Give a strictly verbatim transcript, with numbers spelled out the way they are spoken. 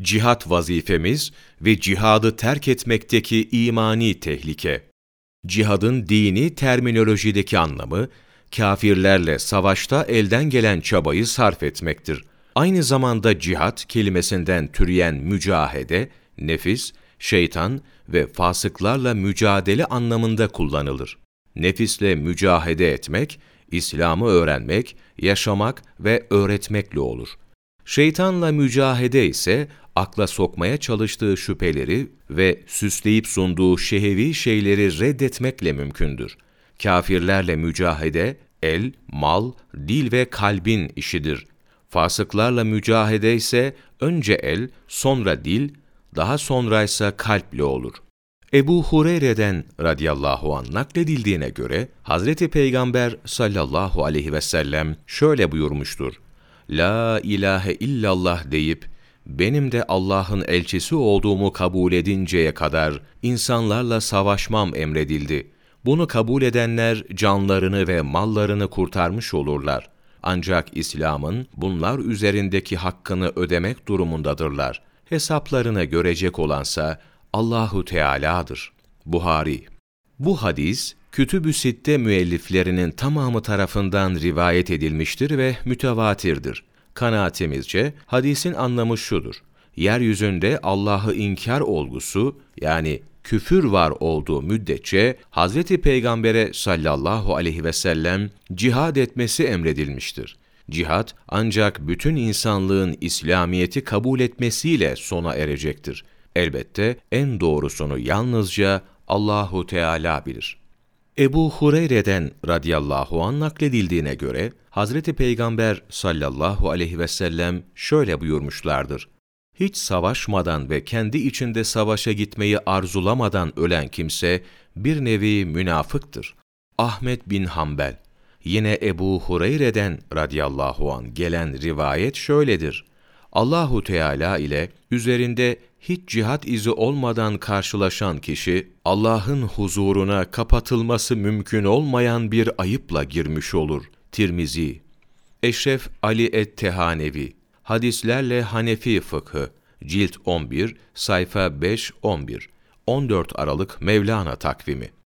Cihat vazifemiz ve cihadı terk etmekteki imani tehlike. Cihadın dini terminolojideki anlamı, kâfirlerle savaşta elden gelen çabayı sarf etmektir. Aynı zamanda cihat kelimesinden türeyen mücahede, nefis, şeytan ve fasıklarla mücadele anlamında kullanılır. Nefisle mücahede etmek, İslam'ı öğrenmek, yaşamak ve öğretmekle olur. Şeytanla mücahede ise akla sokmaya çalıştığı şüpheleri ve süsleyip sunduğu şehevi şeyleri reddetmekle mümkündür. Kâfirlerle mücahede, el, mal, dil ve kalbin işidir. Fasıklarla mücahede ise önce el, sonra dil, daha sonraysa kalple olur. Ebu Hureyre'den radıyallahu anh nakledildiğine göre, Hazreti Peygamber sallallahu aleyhi ve sellem şöyle buyurmuştur: La ilahe illallah deyip, benim de Allah'ın elçisi olduğumu kabul edinceye kadar insanlarla savaşmam emredildi. Bunu kabul edenler canlarını ve mallarını kurtarmış olurlar. Ancak İslam'ın bunlar üzerindeki hakkını ödemek durumundadırlar. Hesaplarını görecek olansa Allahu Teala'dır. Buhari. Bu hadis, Kütüb-ü Sitte müelliflerinin tamamı tarafından rivayet edilmiştir ve mütevatirdir. Kanaatimizce hadisin anlamı şudur: yeryüzünde Allah'ı inkar olgusu, yani küfür var olduğu müddetçe Hazreti Peygamber'e sallallahu aleyhi ve sellem cihad etmesi emredilmiştir. Cihad ancak bütün insanlığın İslamiyet'i kabul etmesiyle sona erecektir. Elbette en doğrusunu yalnızca Allahu Teala bilir. Ebu Hureyre'den radıyallahu anh nakledildiğine göre Hazreti Peygamber sallallahu aleyhi ve sellem şöyle buyurmuşlardır: Hiç savaşmadan ve kendi içinde savaşa gitmeyi arzulamadan ölen kimse bir nevi münafıktır. Ahmet bin Hanbel. Yine Ebu Hureyre'den radıyallahu anh gelen rivayet şöyledir: Allahu Teala ile üzerinde hiç cihat izi olmadan karşılaşan kişi, Allah'ın huzuruna kapatılması mümkün olmayan bir ayıpla girmiş olur. Tirmizi. Eşref Ali et-Tehanevi. Hadislerle Hanefi Fıkhı. Cilt on bir, sayfa beş on bir. on dört Aralık Mevlana takvimi.